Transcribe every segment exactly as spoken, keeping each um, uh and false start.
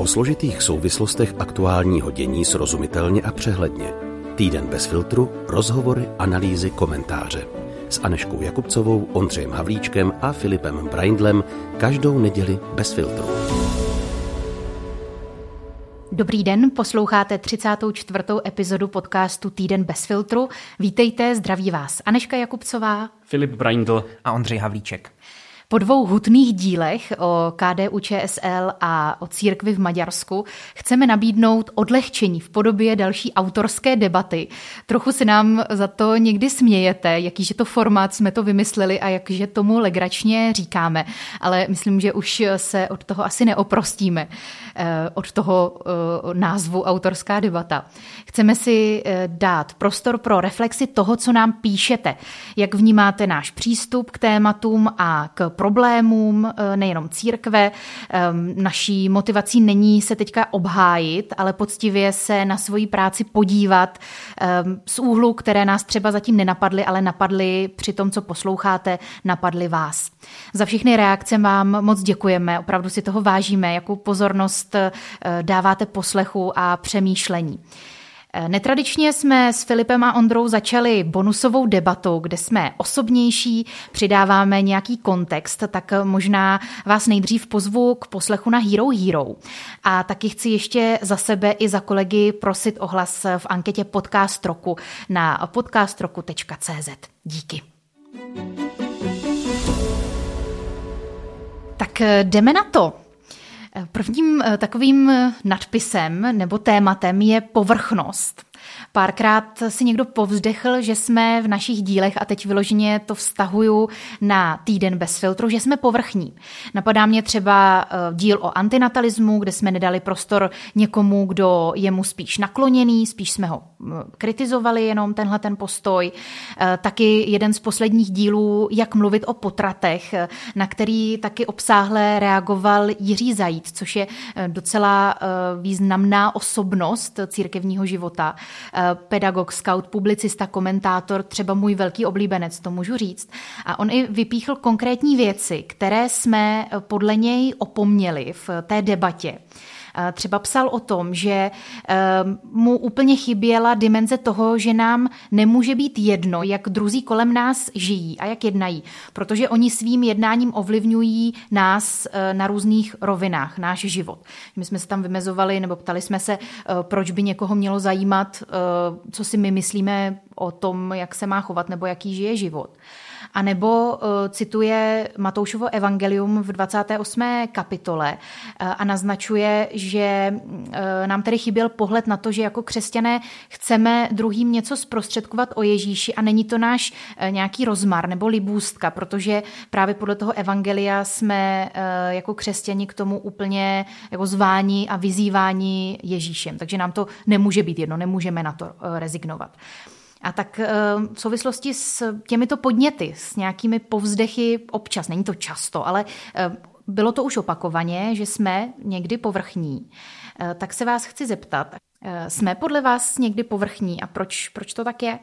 O složitých souvislostech aktuálního dění srozumitelně a přehledně. Týden bez filtru, rozhovory, analýzy, komentáře. S Anežkou Jakubcovou, Ondřejem Havlíčkem a Filipem Braindlem každou neděli bez filtru. Dobrý den, posloucháte třicátou čtvrtou epizodu podcastu Týden bez filtru. Vítejte, zdraví vás Anežka Jakubcová, Filip Braindl a Ondřej Havlíček. Po dvou hutných dílech o K D U Č S L a o církvi v Maďarsku chceme nabídnout odlehčení v podobě další autorské debaty. Trochu se nám za to někdy smějete, jakýže to formát jsme to vymysleli a jakže tomu legračně říkáme, ale myslím, že už se od toho asi neoprostíme, od toho názvu autorská debata. Chceme si dát prostor pro reflexi toho, co nám píšete, jak vnímáte náš přístup k tématům a k problémům nejenom církve. Naší motivací není se teďka obhájit, ale poctivě se na svoji práci podívat z úhlu, které nás třeba zatím nenapadly, ale napadly při tom, co posloucháte, napadly vás. Za všechny reakce vám moc děkujeme, opravdu si toho vážíme, jakou pozornost dáváte poslechu a přemýšlení. Netradičně jsme s Filipem a Ondrou začali bonusovou debatou, kde jsme osobnější, přidáváme nějaký kontext, tak možná vás nejdřív pozvu k poslechu na Hero Hero. A taky chci ještě za sebe i za kolegy prosit o hlas v anketě Podcast roku na podcastroku tečka cé zet. Díky. Tak jdeme na to. Prvním takovým nadpisem nebo tématem je povrchnost. Párkrát si někdo povzdechl, že jsme v našich dílech, a teď vyloženě to vztahuju na Týden bez filtru, že jsme povrchní. Napadá mě třeba díl o antinatalismu, kde jsme nedali prostor někomu, kdo je mu spíš nakloněný, spíš jsme ho kritizovali jenom tenhle ten postoj. Taky jeden z posledních dílů, jak mluvit o potratech, na který taky obsáhle reagoval Jiří Zajíc, což je docela významná osobnost církevního života. Pedagog, scout, publicista, komentátor, třeba můj velký oblíbenec, to můžu říct. A on i vypíchl konkrétní věci, které jsme podle něj opomněli v té debatě. Třeba psal o tom, že mu úplně chyběla dimenze toho, že nám nemůže být jedno, jak druzí kolem nás žijí a jak jednají, protože oni svým jednáním ovlivňují nás na různých rovinách, náš život. My jsme se tam vymezovali nebo ptali jsme se, proč by někoho mělo zajímat, co si my myslíme o tom, jak se má chovat nebo jaký žije život. A nebo uh, cituje Matoušovo evangelium v dvacáté osmé kapitole uh, a naznačuje, že uh, nám tedy chyběl pohled na to, že jako křesťané chceme druhým něco zprostředkovat o Ježíši a není to náš uh, nějaký rozmar nebo libůstka, protože právě podle toho evangelia jsme uh, jako křesťani k tomu úplně jako zváni a vyzýváni Ježíšem. Takže nám to nemůže být jedno, nemůžeme na to uh, rezignovat. A tak v souvislosti s těmito podněty, s nějakými povzdechy občas, není to často, ale bylo to už opakovaně, že jsme někdy povrchní, tak se vás chci zeptat, jsme podle vás někdy povrchní a proč, proč to tak je?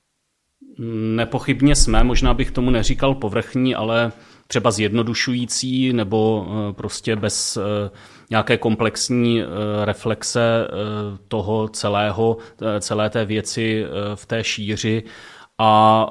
Nepochybně jsme, možná bych tomu neříkal povrchní, ale třeba zjednodušující nebo prostě bez nějaké komplexní reflexe toho celého, celé té věci v té šíři. A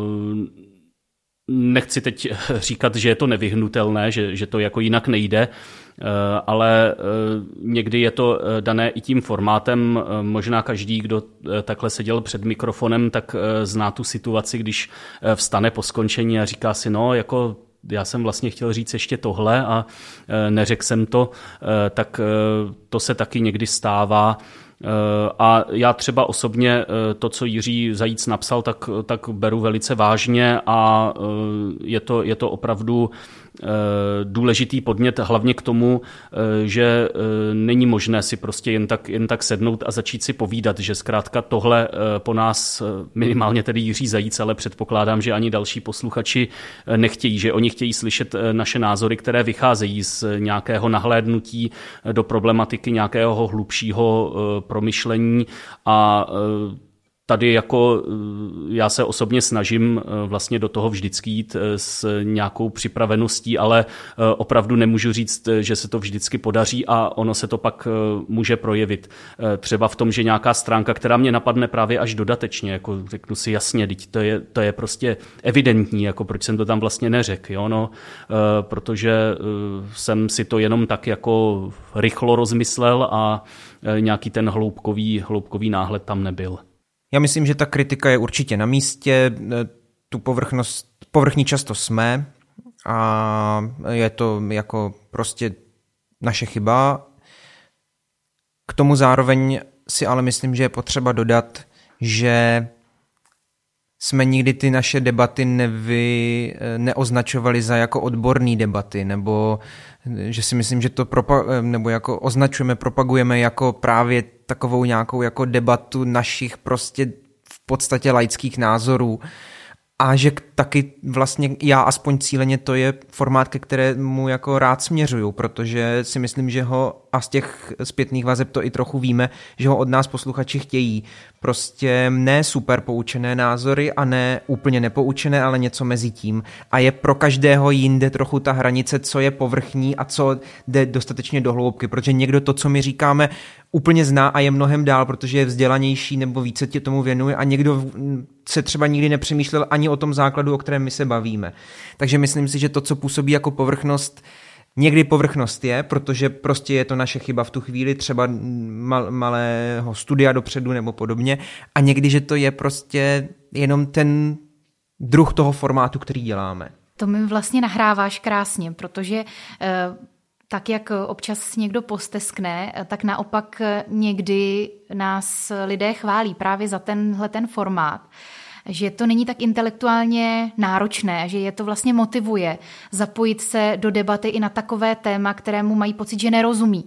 nechci teď říkat, že je to nevyhnutelné, že, že to jako jinak nejde, ale někdy je to dané i tím formátem. Možná každý, kdo takhle seděl před mikrofonem, tak zná tu situaci, když vstane po skončení a říká si, no, jako já jsem vlastně chtěl říct ještě tohle a neřekl jsem to, tak to se taky někdy stává. A já třeba osobně to, co Jiří Zajíc napsal, tak, tak beru velice vážně a je to, je to opravdu důležitý podnět hlavně k tomu, že není možné si prostě jen tak, jen tak sednout a začít si povídat, že zkrátka tohle po nás, minimálně tedy Jiří Zajíc, ale předpokládám, že ani další posluchači nechtějí, že oni chtějí slyšet naše názory, které vycházejí z nějakého nahlédnutí do problematiky, nějakého hlubšího promyšlení a tady jako já se osobně snažím vlastně do toho vždycky jít s nějakou připraveností, ale opravdu nemůžu říct, že se to vždycky podaří a ono se to pak může projevit. Třeba v tom, že nějaká stránka, která mě napadne právě až dodatečně, jako řeknu si jasně, teď to je, to je prostě evidentní, jako proč jsem to tam vlastně neřekl, jo, no, protože jsem si to jenom tak jako rychlo rozmyslel a nějaký ten hloubkový, hloubkový náhled tam nebyl. Já myslím, že ta kritika je určitě na místě, tu povrchnost, povrchní často jsme a je to jako prostě naše chyba. K tomu zároveň si ale myslím, že je potřeba dodat, že jsme nikdy ty naše debaty nevy, neoznačovali za jako odborné debaty, nebo že si myslím, že to propa- nebo jako označujeme, propagujeme jako právě takovou nějakou jako debatu našich prostě v podstatě laických názorů. A že taky vlastně já aspoň cíleně to je formát, ke kterému jako rád směřuju, protože si myslím, že ho a z těch zpětných vazeb to i trochu víme, že ho od nás posluchači chtějí. Prostě ne super poučené názory a ne úplně nepoučené, ale něco mezi tím. A je pro každého jinde trochu ta hranice, co je povrchní a co jde dostatečně do hloubky, protože někdo to, co my říkáme, úplně zná a je mnohem dál, protože je vzdělanější nebo více tě tomu věnuje a někdo se třeba nikdy nepřemýšlel ani o tom základu, o kterém my se bavíme. Takže myslím si, že to, co působí jako povrchnost, někdy povrchnost je, protože prostě je to naše chyba v tu chvíli, třeba mal, malého studia dopředu nebo podobně, a někdy, že to je prostě jenom ten druh toho formátu, který děláme. To mi vlastně nahráváš krásně, protože tak, jak občas někdo posteskne, tak naopak někdy nás lidé chválí právě za tenhle ten formát, že to není tak intelektuálně náročné, že je to vlastně motivuje zapojit se do debaty i na takové téma, kterému mají pocit, že nerozumí.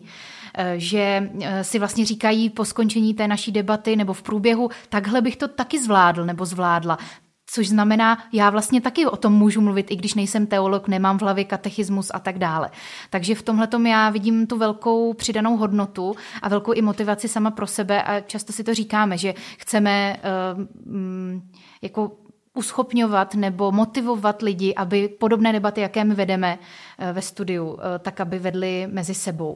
Že si vlastně říkají po skončení té naší debaty nebo v průběhu, takhle bych to taky zvládl nebo zvládla. Což znamená, já vlastně taky o tom můžu mluvit, i když nejsem teolog, nemám v hlavě katechismus a tak dále. Takže v tomhletom já vidím tu velkou přidanou hodnotu a velkou i motivaci sama pro sebe a často si to říkáme, že chceme uh, um, jako uschopňovat nebo motivovat lidi, aby podobné debaty, jaké my vedeme uh, ve studiu, uh, tak aby vedli mezi sebou.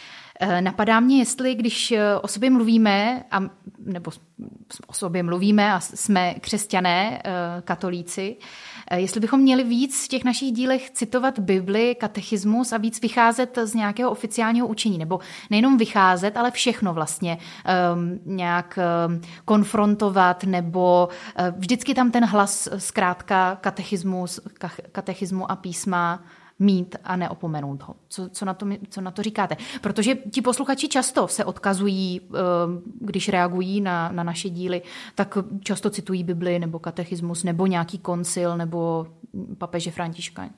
Napadá mě, jestli když o sobě mluvíme, a, nebo o sobě mluvíme a jsme křesťané, katolíci, jestli bychom měli víc v těch našich dílech citovat Bibli, katechismus a víc vycházet z nějakého oficiálního učení, nebo nejenom vycházet, ale všechno vlastně um, nějak um, konfrontovat, nebo uh, vždycky tam ten hlas zkrátka katechismus, katechismu a písma mít a neopomenout ho. Co, co, na to, co na to říkáte? Protože ti posluchači často se odkazují, když reagují na, na naše díly, tak často citují Bibli nebo katechismus nebo nějaký koncil nebo papeže Františka.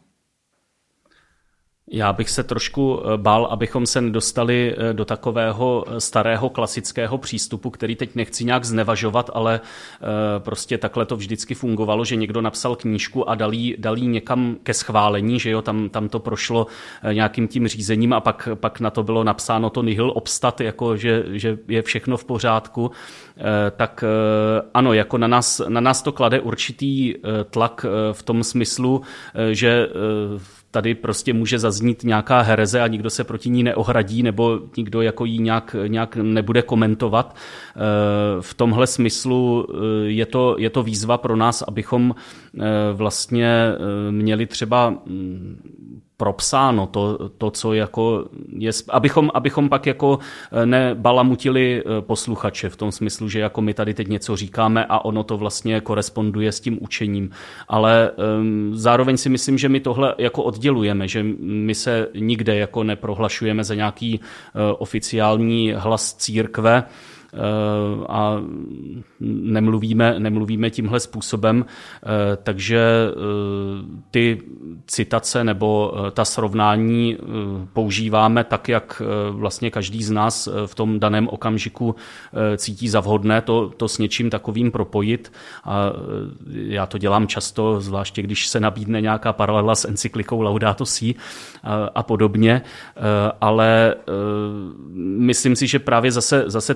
Já bych se trošku bál, abychom se nedostali do takového starého klasického přístupu, který teď nechci nějak znevažovat, ale prostě takhle to vždycky fungovalo, že někdo napsal knížku a dal jí, dal jí někam ke schválení, že jo, tam, tam to prošlo nějakým tím řízením a pak, pak na to bylo napsáno to nihil obstat, jako že, že je všechno v pořádku. Tak ano, jako na nás, na nás to klade určitý tlak v tom smyslu, že tady prostě může zaznít nějaká hereze a nikdo se proti ní neohradí nebo nikdo jako ji nějak, nějak nebude komentovat. V tomhle smyslu je to, je to výzva pro nás, abychom vlastně měli třeba propsáno to, to co jako je, abychom, abychom pak jako nebalamutili posluchače v tom smyslu, že jako my tady teď něco říkáme a ono to vlastně koresponduje s tím učením. Ale um, zároveň si myslím, že my tohle jako oddělujeme, že my se nikde jako neprohlašujeme za nějaký uh, oficiální hlas církve, a nemluvíme, nemluvíme tímhle způsobem, takže ty citace nebo ta srovnání používáme tak, jak vlastně každý z nás v tom daném okamžiku cítí za vhodné to, to s něčím takovým propojit. A já to dělám často, zvláště když se nabídne nějaká paralela s encyklikou Laudato Si a, a podobně, ale myslím si, že právě zase, zase tohle od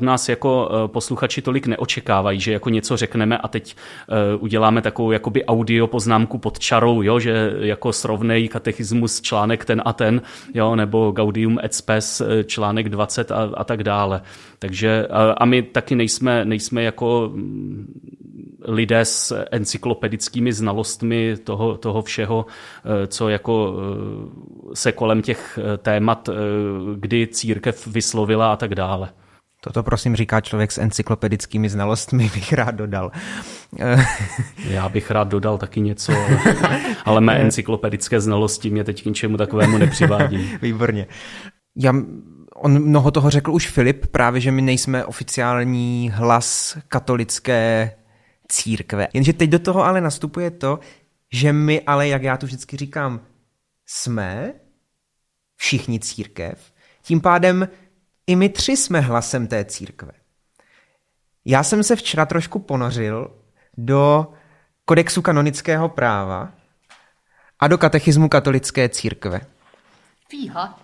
nás jako posluchači tolik neočekávají, že jako něco řekneme a teď uděláme takovou jakoby audio poznámku pod čarou, jo, že jako srovnej katechismus článek ten a ten, jo, nebo Gaudium et Spes článek dvacet a, a tak dále. Takže a my taky nejsme, nejsme jako lidé s encyklopedickými znalostmi toho, toho všeho, co jako se kolem těch témat, kdy církev vyslovila a tak dále. Toto prosím říká člověk s encyklopedickými znalostmi, bych rád dodal. Já bych rád dodal taky něco, ale mé encyklopedické znalosti mě teď k ničemu takovému nepřivádí. Výborně. Já, on mnoho toho řekl už Filip, právě, že my nejsme oficiální hlas katolické církve. Jenže teď do toho ale nastupuje to, že my ale, jak já tu vždycky říkám, jsme všichni církev, tím pádem i my tři jsme hlasem té církve. Já jsem se včera trošku ponořil do kodexu kanonického práva a do katechismu katolické církve. Fíha.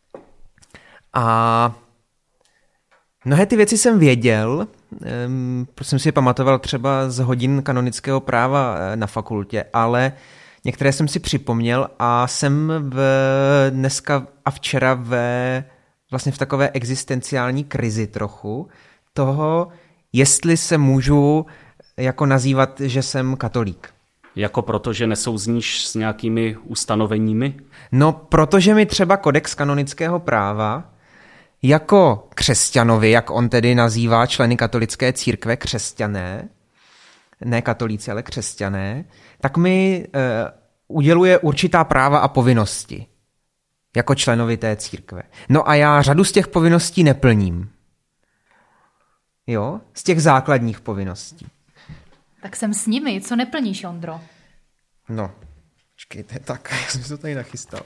A mnohé ty věci jsem věděl, protože jsem si je pamatoval třeba z hodin kanonického práva na fakultě, ale některé jsem si připomněl a jsem v dneska a včera ve vlastně v takové existenciální krizi trochu toho, jestli se můžu jako nazývat, že jsem katolík. Jako proto, že nesouzníš s nějakými ustanoveními? No, protože mi třeba kodex kanonického práva jako křesťanovi, jak on tedy nazývá členy katolické církve, křesťané, ne katolíci, ale křesťané, tak mi uh, uděluje určitá práva a povinnosti jako členovi té církve. No a já řadu z těch povinností neplním. Jo? Z těch základních povinností. Tak jsem s nimi. Co neplníš, Ondro? No, počkejte, tak, já jsem si to tady nachystal.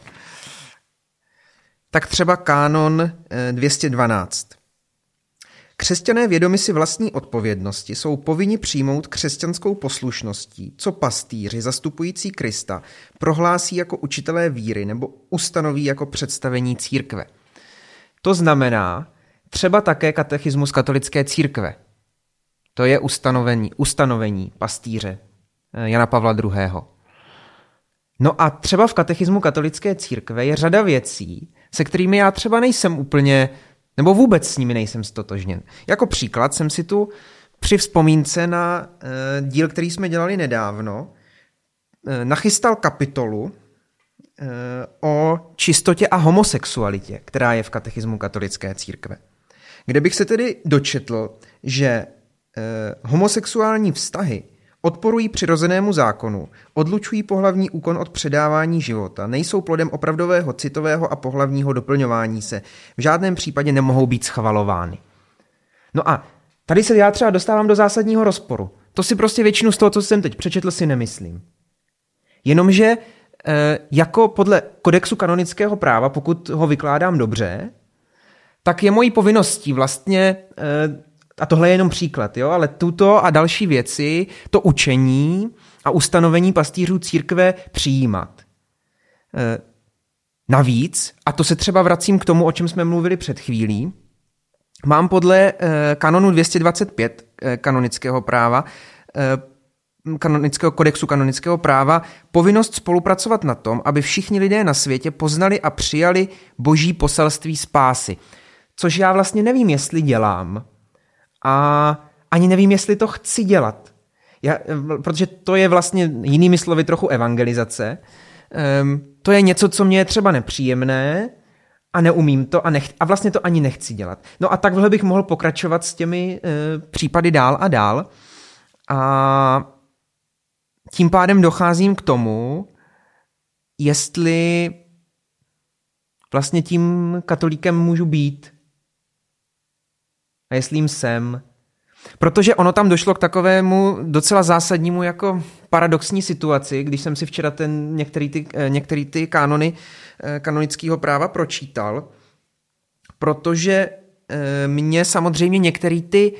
Tak třeba kánon dvě stě dvanáct. Křesťané vědomi si vlastní odpovědnosti jsou povinni přijmout křesťanskou poslušností, co pastýři zastupující Krista prohlásí jako učitelé víry nebo ustanoví jako představení církve. To znamená třeba také katechismus katolické církve. To je ustanovení, ustanovení pastýře Jana Pavla druhého. No a třeba v katechismu katolické církve je řada věcí, se kterými já třeba nejsem úplně, nebo vůbec s nimi nejsem stotožněn. Jako příklad jsem si tu při vzpomínce na uh, díl, který jsme dělali nedávno, uh, nachystal kapitolu uh, o čistotě a homosexualitě, která je v katechismu katolické církve. Kde bych se tedy dočetl, že uh, homosexuální vztahy odporují přirozenému zákonu, odlučují pohlavní úkon od předávání života, nejsou plodem opravdového citového a pohlavního doplňování se, v žádném případě nemohou být schvalovány. No a tady se já třeba dostávám do zásadního rozporu. To si prostě většinu z toho, co jsem teď přečetl, si nemyslím. Jenomže jako podle kodexu kanonického práva, pokud ho vykládám dobře, tak je mojí povinností vlastně, a tohle je jenom příklad, jo, ale tuto a další věci, to učení a ustanovení pastýřů církve přijímat. Navíc, a to se třeba vracím k tomu, o čem jsme mluvili před chvílí, mám podle kanonu dvě stě dvacet pět kanonického práva, kanonického kodexu kanonického práva, povinnost spolupracovat na tom, aby všichni lidé na světě poznali a přijali boží poselství spásy. Což já vlastně nevím, jestli dělám. A ani nevím, jestli to chci dělat. Já, protože to je vlastně jinými slovy trochu evangelizace. Um, to je něco, co mě je třeba nepříjemné a neumím to a, nech, a vlastně to ani nechci dělat. No a takhle bych mohl pokračovat s těmi uh, případy dál a dál. A tím pádem docházím k tomu, jestli vlastně tím katolíkem můžu být. A jestli jim jsem. Protože ono tam došlo k takovému docela zásadnímu jako paradoxní situaci, když jsem si včera ten některý ty, některý ty kánony kanonického práva pročítal, protože mě samozřejmě některý ty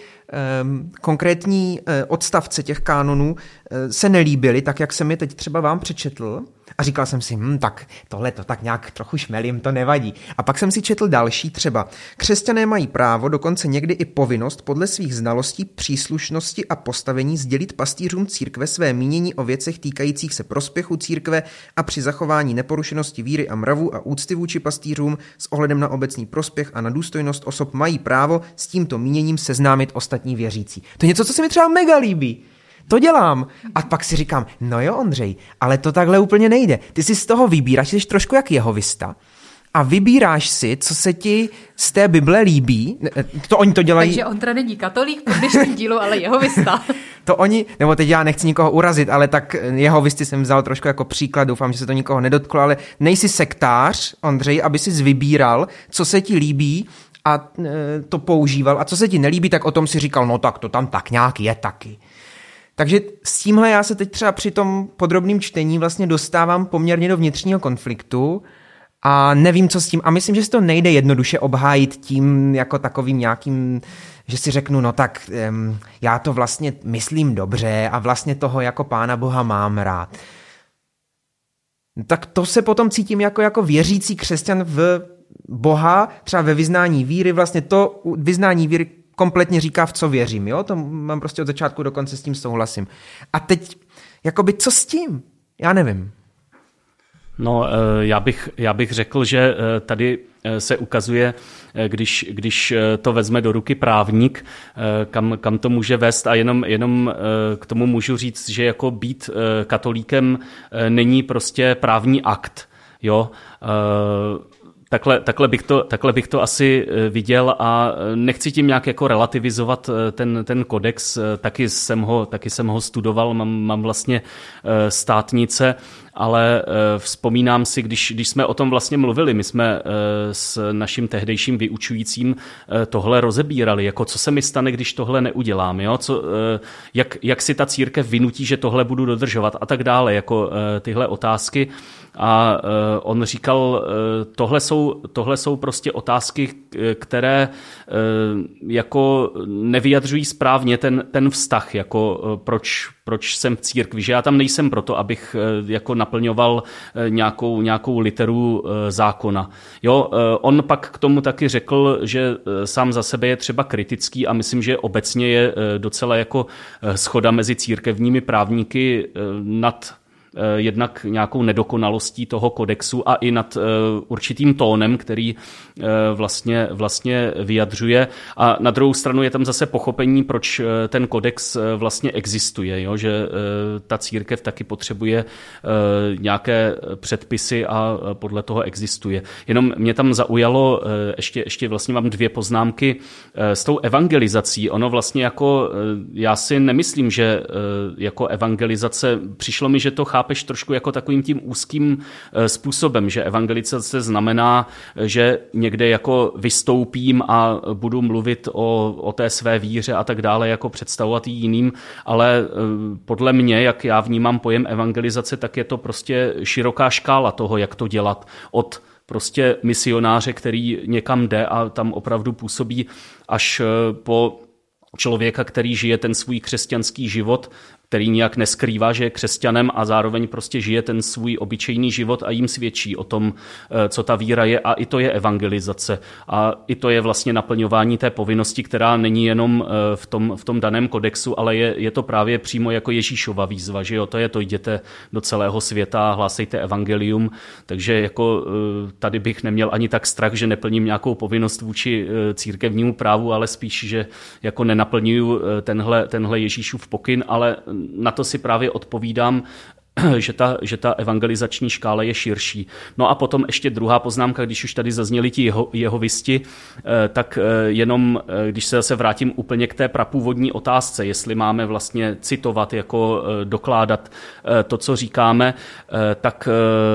konkrétní odstavce těch kánonů se nelíbily, tak jak jsem je teď třeba vám přečetl, A říkal jsem si, hm, tak tohle to tak nějak trochu šmelím, to nevadí. A pak jsem si četl další třeba. Křesťané mají právo, dokonce někdy i povinnost podle svých znalostí, příslušnosti a postavení sdělit pastýřům církve své mínění o věcech týkajících se prospěchu církve a při zachování neporušenosti víry a mravu a úcty vůči pastýřům s ohledem na obecný prospěch a na důstojnost osob mají právo s tímto míněním seznámit ostatní věřící. To je něco, co se mi třeba mega líbí. To dělám. A pak si říkám, no jo, Ondřej, ale to takhle úplně nejde. Ty si z toho vybíráš, jsi trošku jak jehovista a vybíráš si, co se ti z té Bible líbí. To oni to dělají. Takže Ondra není katolík po dnešním dílu, ale jehovista. To oni, nebo teď já nechci nikoho urazit, ale tak jehovisty jsem vzal trošku jako příklad, doufám, že se to nikoho nedotklo, ale nejsi sektář, Ondřej, aby si vybíral, co se ti líbí a to používal a co se ti nelíbí, tak o tom si říkal, no tak to tam tak nějak je taky. Takže s tímhle já se teď třeba při tom podrobném čtení vlastně dostávám poměrně do vnitřního konfliktu a nevím, co s tím. A myslím, že si to nejde jednoduše obhájit tím jako takovým nějakým, že si řeknu, no tak um, já to vlastně myslím dobře a vlastně toho jako Pána Boha mám rád. Tak to se potom cítím jako, jako věřící křesťan v Boha, třeba ve vyznání víry, vlastně to vyznání víry kompletně říká, v co věřím, jo? To mám prostě od začátku do konce, s tím souhlasím. A teď, jakoby, co s tím? Já nevím. No, já bych, já bych řekl, že tady se ukazuje, když, když to vezme do ruky právník, kam, kam to může vést a jenom, jenom k tomu můžu říct, že jako být katolíkem není prostě právní akt, jo? Takhle, takhle, bych to, takhle bych to asi viděl a nechci tím nějak jako relativizovat ten, ten kodex, taky jsem ho, taky jsem ho studoval, mám, mám vlastně státnice, ale vzpomínám si, když, když jsme o tom vlastně mluvili, my jsme s naším tehdejším vyučujícím tohle rozebírali, jako co se mi stane, když tohle neudělám, jo? Co, jak, jak si ta církev vynutí, že tohle budu dodržovat a tak dále, jako tyhle otázky. A on říkal, tohle jsou, tohle jsou prostě otázky, které jako nevyjadřují správně ten, ten vztah, jako proč, proč jsem v církvi, že já tam nejsem proto, abych jako naplňoval nějakou, nějakou literu zákona. Jo, on pak k tomu taky řekl, že sám za sebe je třeba kritický a myslím, že obecně je docela jako shoda mezi církevními právníky nad jednak nějakou nedokonalostí toho kodexu a i nad určitým tónem, který vlastně, vlastně vyjadřuje. A na druhou stranu je tam zase pochopení, proč ten kodex vlastně existuje, jo? Že ta církev taky potřebuje nějaké předpisy a podle toho existuje. Jenom mě tam zaujalo, ještě, ještě vlastně mám dvě poznámky s tou evangelizací. Ono vlastně jako, já si nemyslím, že jako evangelizace, přišlo mi, že to chápeš trošku jako takovým tím úzkým způsobem, že evangelizace znamená, že někde jako vystoupím a budu mluvit o, o té své víře a tak dále, jako představovat ji jiným, ale podle mě, jak já vnímám pojem evangelizace, tak je to prostě široká škála toho, jak to dělat. Od prostě misionáře, který někam jde a tam opravdu působí, až po člověka, který žije ten svůj křesťanský život, který nijak neskrývá, že je křesťanem a zároveň prostě žije ten svůj obyčejný život a jim svědčí o tom, co ta víra je, a i to je evangelizace. A i to je vlastně naplňování té povinnosti, která není jenom v tom, v tom daném kodexu, ale je, je to právě přímo jako Ježíšova výzva, že jo, to je to, jděte do celého světa a hlásejte evangelium, takže jako tady bych neměl ani tak strach, že neplním nějakou povinnost vůči církevnímu právu, ale spíš, že jako nenaplňuju tenhle, tenhle Ježíšův pokyn, ale na to si právě odpovídám, že ta, že ta evangelizační škála je širší. No a potom ještě druhá poznámka, když už tady zazněli ti jeho, jehovisti, tak jenom, když se zase vrátím úplně k té prapůvodní otázce, jestli máme vlastně citovat, jako dokládat to, co říkáme, tak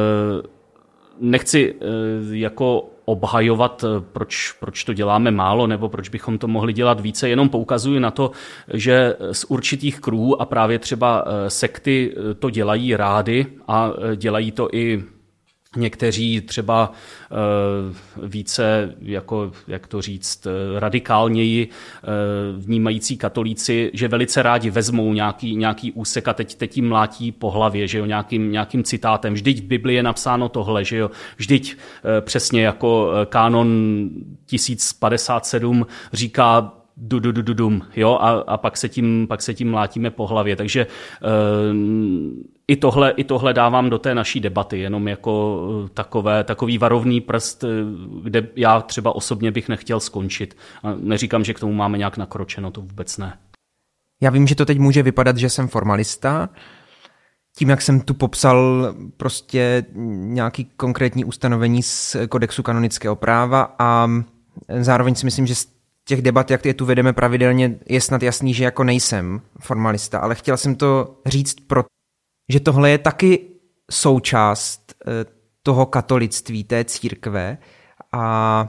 nechci jako obhajovat, proč, proč to děláme málo, nebo proč bychom to mohli dělat více, jenom poukazuji na to, že z určitých kruhů a právě třeba sekty to dělají rády a dělají to i Někteří třeba e, více, jako, jak to říct, radikálněji e, vnímající katolíci, že velice rádi vezmou nějaký, nějaký úsek a teď, teď jim mlátí po hlavě, že jo, nějakým, nějakým citátem. Vždyť v Biblii je napsáno tohle, že jo, vždyť e, přesně jako kánon tisíc padesát sedm říká du, du, du, du, dum, jo, a, a pak, se tím, pak se tím mlátíme po hlavě. Takže e, I tohle, I tohle dávám do té naší debaty, jenom jako takové, takový varovný prst, kde já třeba osobně bych nechtěl skončit. A neříkám, že k tomu máme nějak nakročeno, to vůbec ne. Já vím, že to teď může vypadat, že jsem formalista. Tím, jak jsem tu popsal prostě nějaký konkrétní ustanovení z kodexu kanonického práva a zároveň si myslím, že z těch debat, jak je tu vedeme pravidelně, je snad jasný, že jako nejsem formalista, ale chtěl jsem to říct proto, že tohle je taky součást toho katolictví, té církve a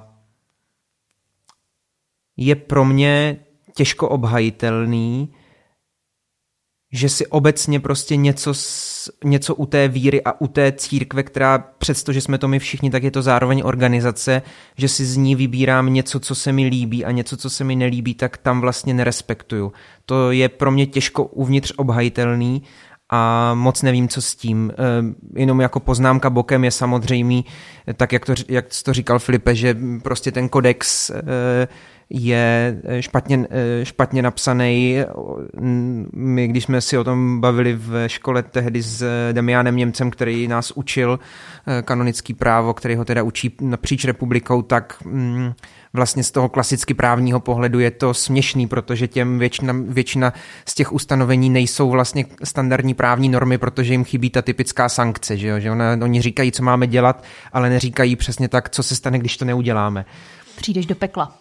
je pro mě těžko obhajitelný, že si obecně prostě něco, něco u té víry a u té církve, která přestože jsme to my všichni, tak je to zároveň organizace, že si z ní vybírám něco, co se mi líbí a něco, co se mi nelíbí, tak tam vlastně nerespektuju. To je pro mě těžko uvnitř obhajitelný a moc nevím, co s tím. Jenom jako poznámka bokem je samozřejmý, tak jak to, jak to říkal Filipe, že prostě ten kodex je špatně, špatně napsaný. My, když jsme si o tom bavili v škole tehdy s Damianem Němcem, který nás učil kanonický právo, který ho teda učí napříč republikou, tak vlastně z toho klasicky právního pohledu je to směšný, protože těm většina, většina z těch ustanovení nejsou vlastně standardní právní normy, protože jim chybí ta typická sankce, že jo? Že ona, oni říkají, co máme dělat, ale neříkají přesně tak, co se stane, když to neuděláme. Přijdeš do pekla.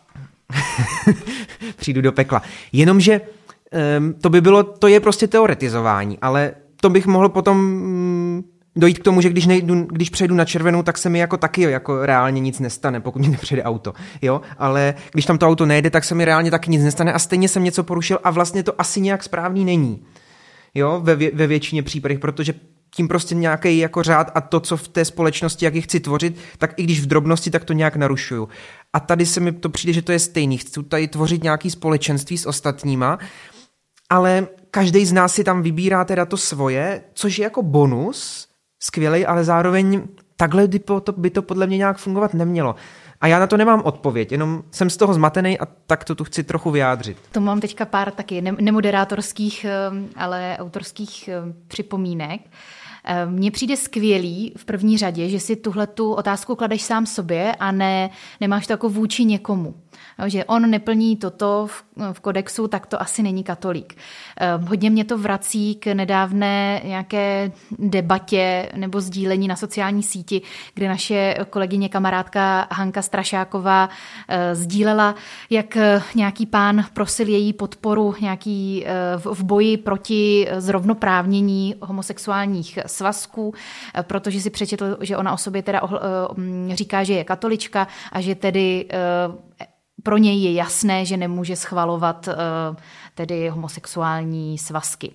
Přijdu do pekla. Jenomže um, to by bylo, to je prostě teoretizování, ale to bych mohl potom um, dojít k tomu, že když, nejdu, když přejdu na červenou, tak se mi jako taky jako reálně nic nestane, pokud mi nepřejde auto. Jo? Ale když tam to auto nejde, tak se mi reálně taky nic nestane a stejně jsem něco porušil a vlastně to asi nějak správný není. Jo? Ve, vě, ve většině případech, protože tím prostě nějaký jako řád a to, co v té společnosti, jak ji chci tvořit, tak i když v drobnosti, tak to nějak narušuju. A tady se mi to přijde, že to je stejný. Chci tady tvořit nějaký společenství s ostatníma, ale každý z nás si tam vybírá teda to svoje, což je jako bonus, skvělej, ale zároveň takhle by to, by to podle mě nějak fungovat nemělo. A já na to nemám odpověď, jenom jsem z toho zmatený a tak to tu chci trochu vyjádřit. To mám teďka pár taky nemoderátorských, ale autorských připomínek. Mně přijde skvělý v první řadě, že si tuhletu otázku kladeš sám sobě a ne, nemáš to jako vůči někomu. No, že on neplní toto v, v kodexu, tak to asi není katolík. Hodně mě to vrací k nedávné nějaké debatě nebo sdílení na sociální síti, kde naše kolegyně kamarádka Hanka Strašáková sdílela, jak nějaký pán prosil její podporu nějaký v boji proti zrovnoprávnění homosexuálních svazků, protože si přečetl, že ona o sobě teda říká, že je katolička a že tedy pro něj je jasné, že nemůže schvalovat tedy homosexuální svazky.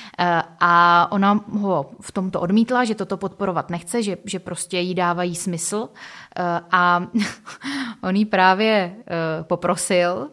A ona ho v tomto odmítla, že toto podporovat nechce, že, že prostě jí dávají smysl. A on jí právě poprosil,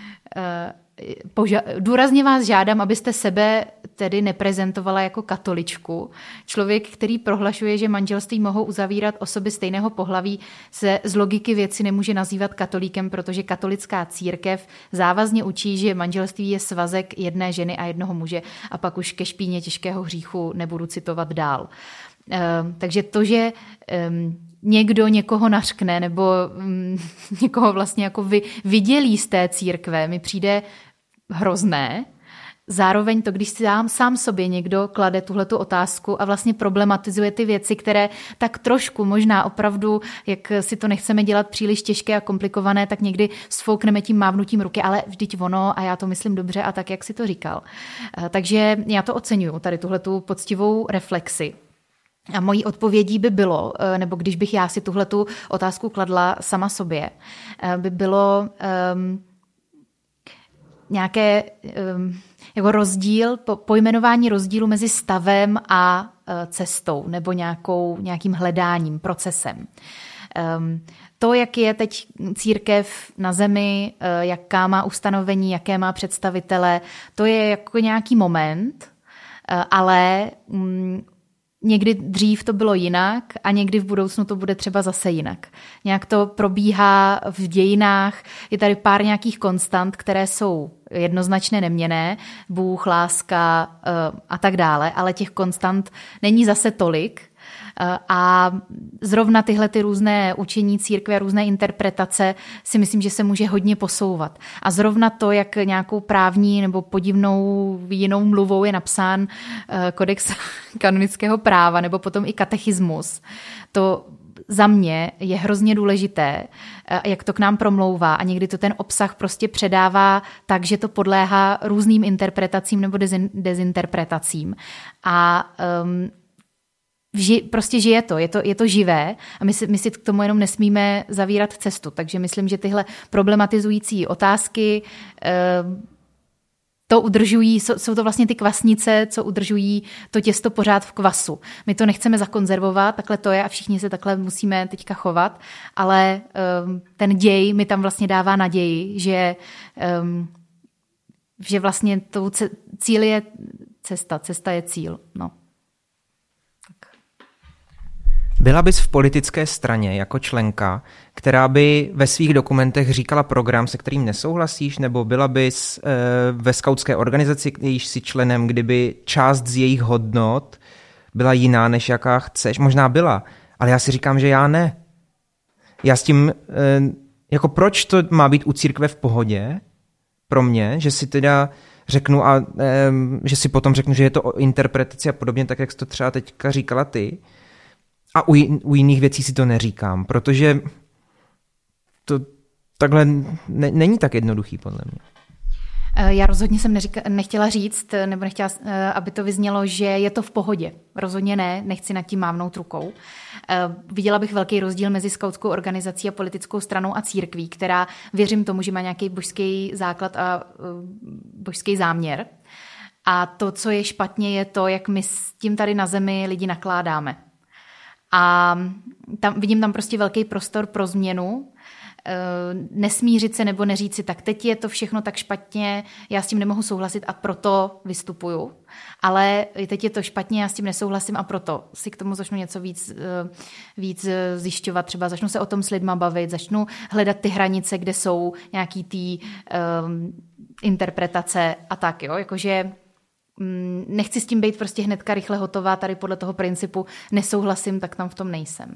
Poža- důrazně vás žádám, abyste sebe tedy neprezentovala jako katoličku. Člověk, který prohlašuje, že manželství mohou uzavírat osoby stejného pohlaví, se z logiky věci nemůže nazývat katolíkem, protože katolická církev závazně učí, že manželství je svazek jedné ženy a jednoho muže a pak už ke špíně těžkého hříchu nebudu citovat dál. Um, takže to, že um, někdo někoho nařkne nebo um, někoho vlastně jako vy, vydělí z té církve, mi přijde hrozné. Zároveň to, když si sám, sám sobě někdo klade tuhletu otázku a vlastně problematizuje ty věci, které tak trošku možná opravdu, jak si to nechceme dělat příliš těžké a komplikované, tak někdy sfoukneme tím mávnutím ruky, ale vždyť ono a já to myslím dobře a tak, jak si to říkal. Takže já to oceňuju, tady tuhletu poctivou reflexi. A mojí odpovědí by bylo, nebo když bych já si tuhletu otázku kladla sama sobě, by bylo um, nějaké um, jako rozdíl, po, pojmenování rozdílu mezi stavem a cestou nebo nějakou, nějakým hledáním, procesem. To, jak je teď církev na zemi, jaká má ustanovení, jaké má představitele, to je jako nějaký moment, ale někdy dřív to bylo jinak a někdy v budoucnu to bude třeba zase jinak. Nějak to probíhá v dějinách, je tady pár nějakých konstant, které jsou jednoznačně neměnné, Bůh, láska a tak dále, ale těch konstant není zase tolik. A zrovna tyhle ty různé učení církve, různé interpretace si myslím, že se může hodně posouvat. A zrovna to, jak nějakou právní nebo podivnou jinou mluvou je napsán kodex kanonického práva nebo potom i katechismus, to za mě je hrozně důležité, jak to k nám promlouvá a někdy to ten obsah prostě předává tak, že to podléhá různým interpretacím nebo dezinterpretacím. A um, Ži, prostě žije to, je to, je to živé a my si, my si k tomu jenom nesmíme zavírat cestu. Takže myslím, že tyhle problematizující otázky e, to udržují, jsou, jsou to vlastně ty kvasnice, co udržují to těsto pořád v kvasu. My to nechceme zakonzervovat, takhle to je a všichni se takhle musíme teďka chovat, ale e, ten děj mi tam vlastně dává naději, že, e, že vlastně tou ce, cíl je cesta, cesta je cíl, no. Byla bys v politické straně jako členka, která by ve svých dokumentech říkala program, se kterým nesouhlasíš, nebo byla bys e, ve skautské organizaci, jejíž jsi členem, kdyby část z jejich hodnot byla jiná, než jaká chceš? Možná byla, ale já si říkám, že já ne. Já s tím, e, jako proč to má být u církve v pohodě pro mě, že si teda řeknu a e, že si potom řeknu, že je to o interpretaci a podobně, tak jak jsi to třeba teďka říkala ty, a u, u jiných věcí si to neříkám, protože to takhle ne, není tak jednoduchý podle mě. Já rozhodně jsem neříka, nechtěla říct, nebo nechtěla, aby to vyznělo, že je to v pohodě. Rozhodně ne, nechci nad tím mávnout rukou. Viděla bych velký rozdíl mezi skautskou organizací a politickou stranou a církví, která věřím tomu, že má nějaký božský základ a božský záměr. A to, co je špatně, je to, jak my s tím tady na zemi lidi nakládáme. A tam, vidím tam prostě velký prostor pro změnu, e, nesmířit se nebo neříct si, tak teď je to všechno tak špatně, já s tím nemohu souhlasit a proto vystupuju, ale teď je to špatně, já s tím nesouhlasím a proto si k tomu začnu něco víc, e, víc zjišťovat, třeba začnu se o tom s lidma bavit, začnu hledat ty hranice, kde jsou nějaký ty e, interpretace a tak, jo, jakože nechci s tím být prostě hnedka rychle hotová, tady podle toho principu nesouhlasím, tak tam v tom nejsem.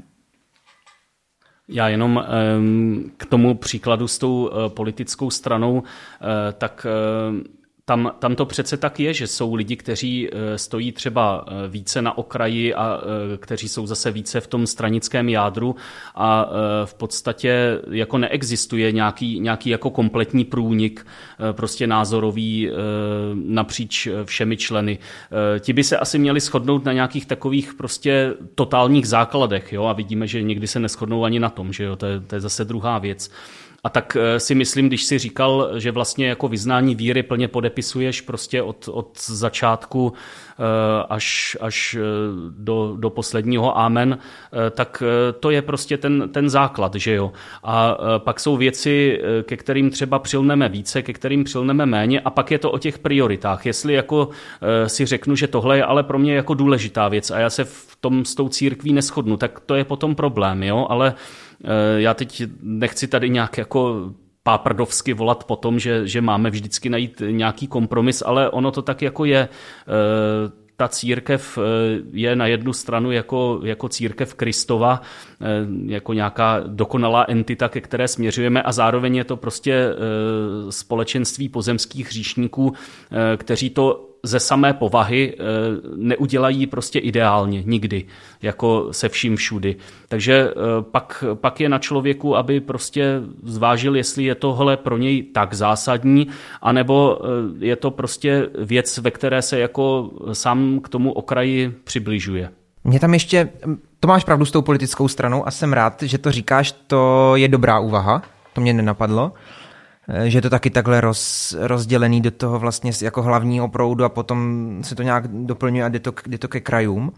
Já jenom k tomu příkladu s tou politickou stranou, tak tam, tam to přece tak je, že jsou lidi, kteří stojí třeba více na okraji a kteří jsou zase více v tom stranickém jádru a v podstatě jako neexistuje nějaký, nějaký jako kompletní průnik prostě názorový napříč všemi členy. Ti by se asi měli shodnout na nějakých takových prostě totálních základech, jo? A vidíme, že někdy se neshodnou ani na tom, že jo? To je, to je zase druhá věc. A tak si myslím, když jsi říkal, že vlastně jako vyznání víry plně podepisuješ prostě od, od začátku až, až do, do posledního amen, tak to je prostě ten, ten základ, že jo. A pak jsou věci, ke kterým třeba přilneme více, ke kterým přilneme méně a pak je to o těch prioritách. Jestli jako si řeknu, že tohle je ale pro mě jako důležitá věc a já se v tom s tou církví neshodnu, tak to je potom problém, jo, ale já teď nechci tady nějak jako páprdovsky volat po tom, že, že máme vždycky najít nějaký kompromis, ale ono to tak jako je. Ta církev je na jednu stranu jako, jako církev Kristova, jako nějaká dokonalá entita, ke které směřujeme a zároveň je to prostě společenství pozemských hříšníků, kteří to ze samé povahy neudělají prostě ideálně, nikdy, jako se vším všudy. Takže pak, pak je na člověku, aby prostě zvážil, jestli je tohle pro něj tak zásadní, anebo je to prostě věc, ve které se jako sám k tomu okraji přibližuje. Mě tam ještě, to máš pravdu s tou politickou stranou a jsem rád, že to říkáš, to je dobrá úvaha, to mě nenapadlo. že je to taky takhle roz, rozdělený do toho vlastně jako hlavního proudu a potom se to nějak doplňuje a jde to, jde to ke krajům.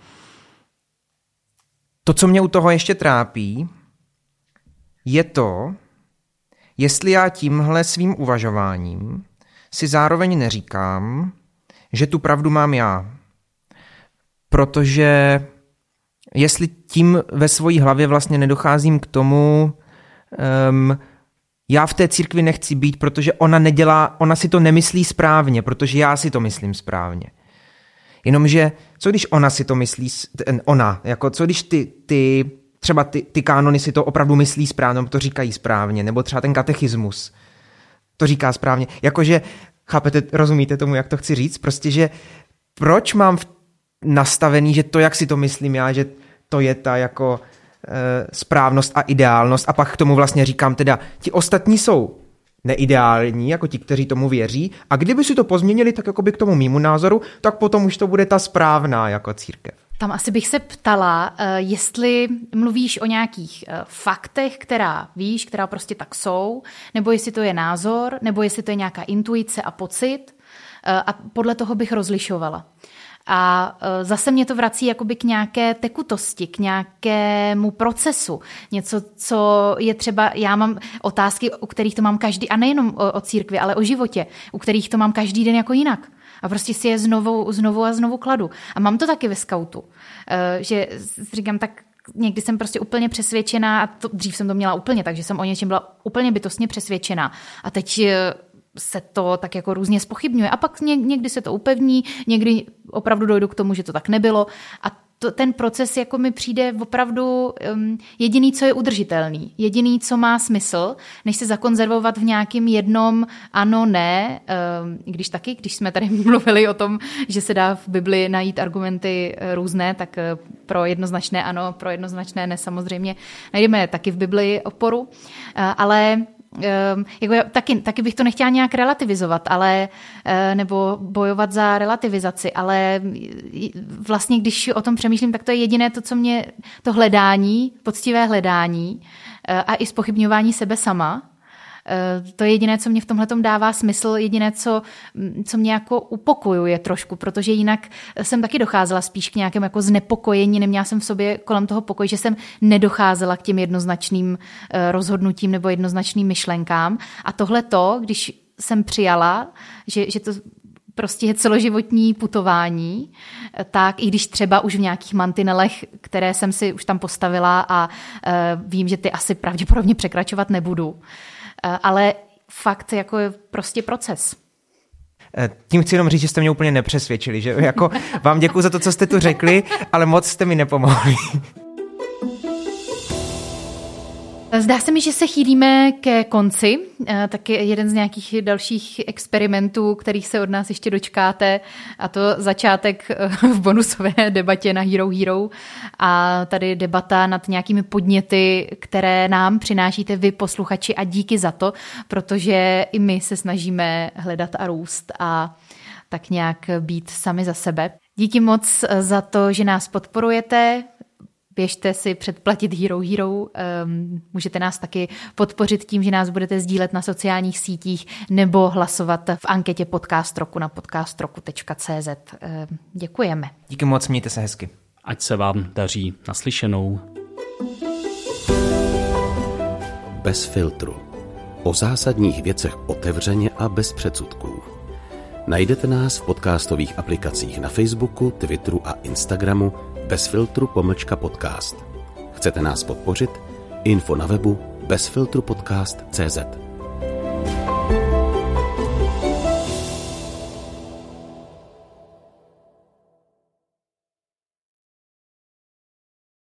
To, co mě u toho ještě trápí, je to, jestli já tímhle svým uvažováním si zároveň neříkám, že tu pravdu mám já. Protože jestli tím ve své hlavě vlastně nedocházím k tomu, um, já v té církvi nechci být, protože ona nedělá, ona si to nemyslí správně, protože já si to myslím správně. Jenomže, co když ona si to myslí, ona, jako co když ty, ty třeba ty, ty kánony si to opravdu myslí správně, to říkají správně, nebo třeba ten katechismus to říká správně. Jakože, chápete, rozumíte tomu, jak to chci říct? Prostě, že proč mám nastavený, že to, jak si to myslím já, že to je ta jako e, správnost a ideálnost a pak k tomu vlastně říkám teda, ti ostatní jsou neideální, jako ti, kteří tomu věří a kdyby si to pozměnili tak jako by k tomu mýmu názoru, tak potom už to bude ta správná jako církev. Tam asi bych se ptala, jestli mluvíš o nějakých faktech, která víš, která prostě tak jsou, nebo jestli to je názor, nebo jestli to je nějaká intuice a pocit a podle toho bych rozlišovala. A zase mě to vrací jakoby k nějaké tekutosti, k nějakému procesu. Něco, co je třeba, já mám otázky, u kterých to mám každý, a nejenom o, o církvi, ale o životě, u kterých to mám každý den jako jinak. A prostě si je znovu, znovu a znovu kladu. A mám to taky ve skautu, že říkám tak, někdy jsem prostě úplně přesvědčená, a to, dřív jsem to měla úplně, takže jsem o něčem byla úplně bytostně přesvědčená. A teď se to tak jako různě zpochybňuje. A pak někdy se to upevní, někdy opravdu dojdu k tomu, že to tak nebylo. A to, ten proces jako mi přijde opravdu um, jediný, co je udržitelný. Jediný, co má smysl, než se zakonzervovat v nějakém jednom ano, ne. Um, když taky, když jsme tady mluvili o tom, že se dá v Bibli najít argumenty různé, tak pro jednoznačné ano, pro jednoznačné ne samozřejmě najdeme taky v Bibli oporu. Uh, ale Um, jako já, taky, taky bych to nechtěla nějak relativizovat, ale uh, nebo bojovat za relativizaci, ale vlastně, když o tom přemýšlím, tak to je jediné to, co mě, to hledání, poctivé hledání uh, a i zpochybňování sebe sama. Uh, to je jediné, co mě v tomhletom dává smysl, jediné, co, co mě jako upokojuje trošku, protože jinak jsem taky docházela spíš k nějakému jako znepokojení, neměla jsem v sobě kolem toho pokoj, že jsem nedocházela k těm jednoznačným uh, rozhodnutím nebo jednoznačným myšlenkám. A tohleto, když jsem přijala, že, že to prostě je celoživotní putování, tak i když třeba už v nějakých mantinelech, které jsem si už tam postavila a uh, vím, že ty asi pravděpodobně překračovat nebudu, ale fakt jako je prostě proces. Tím chci jenom říct, že jste mě úplně nepřesvědčili, že jako vám děkuji za to, co jste tu řekli, ale moc jste mi nepomohli. Zdá se mi, že se chýlíme ke konci. Taky jeden z nějakých dalších experimentů, kterých se od nás ještě dočkáte, a to začátek v bonusové debatě na Hero Hero a tady debata nad nějakými podněty, které nám přinášíte vy, posluchači, a díky za to, protože i my se snažíme hledat a růst a tak nějak být sami za sebe. Díky moc za to, že nás podporujete. Běžte si předplatit Hero Hero, um, můžete nás taky podpořit tím, že nás budete sdílet na sociálních sítích nebo hlasovat v anketě Podcast roku na podcastroku tečka cé zet. Um, děkujeme. Díky moc, mějte se hezky. Ať se vám daří. Naslyšenou. Bez filtru. O zásadních věcech otevřeně a bez předsudků. Najdete nás v podcastových aplikacích na Facebooku, Twitteru a Instagramu bez filtru pomlčka podcast. Chcete nás podpořit? Info na webu bezfiltrupodcast tečka cé zet.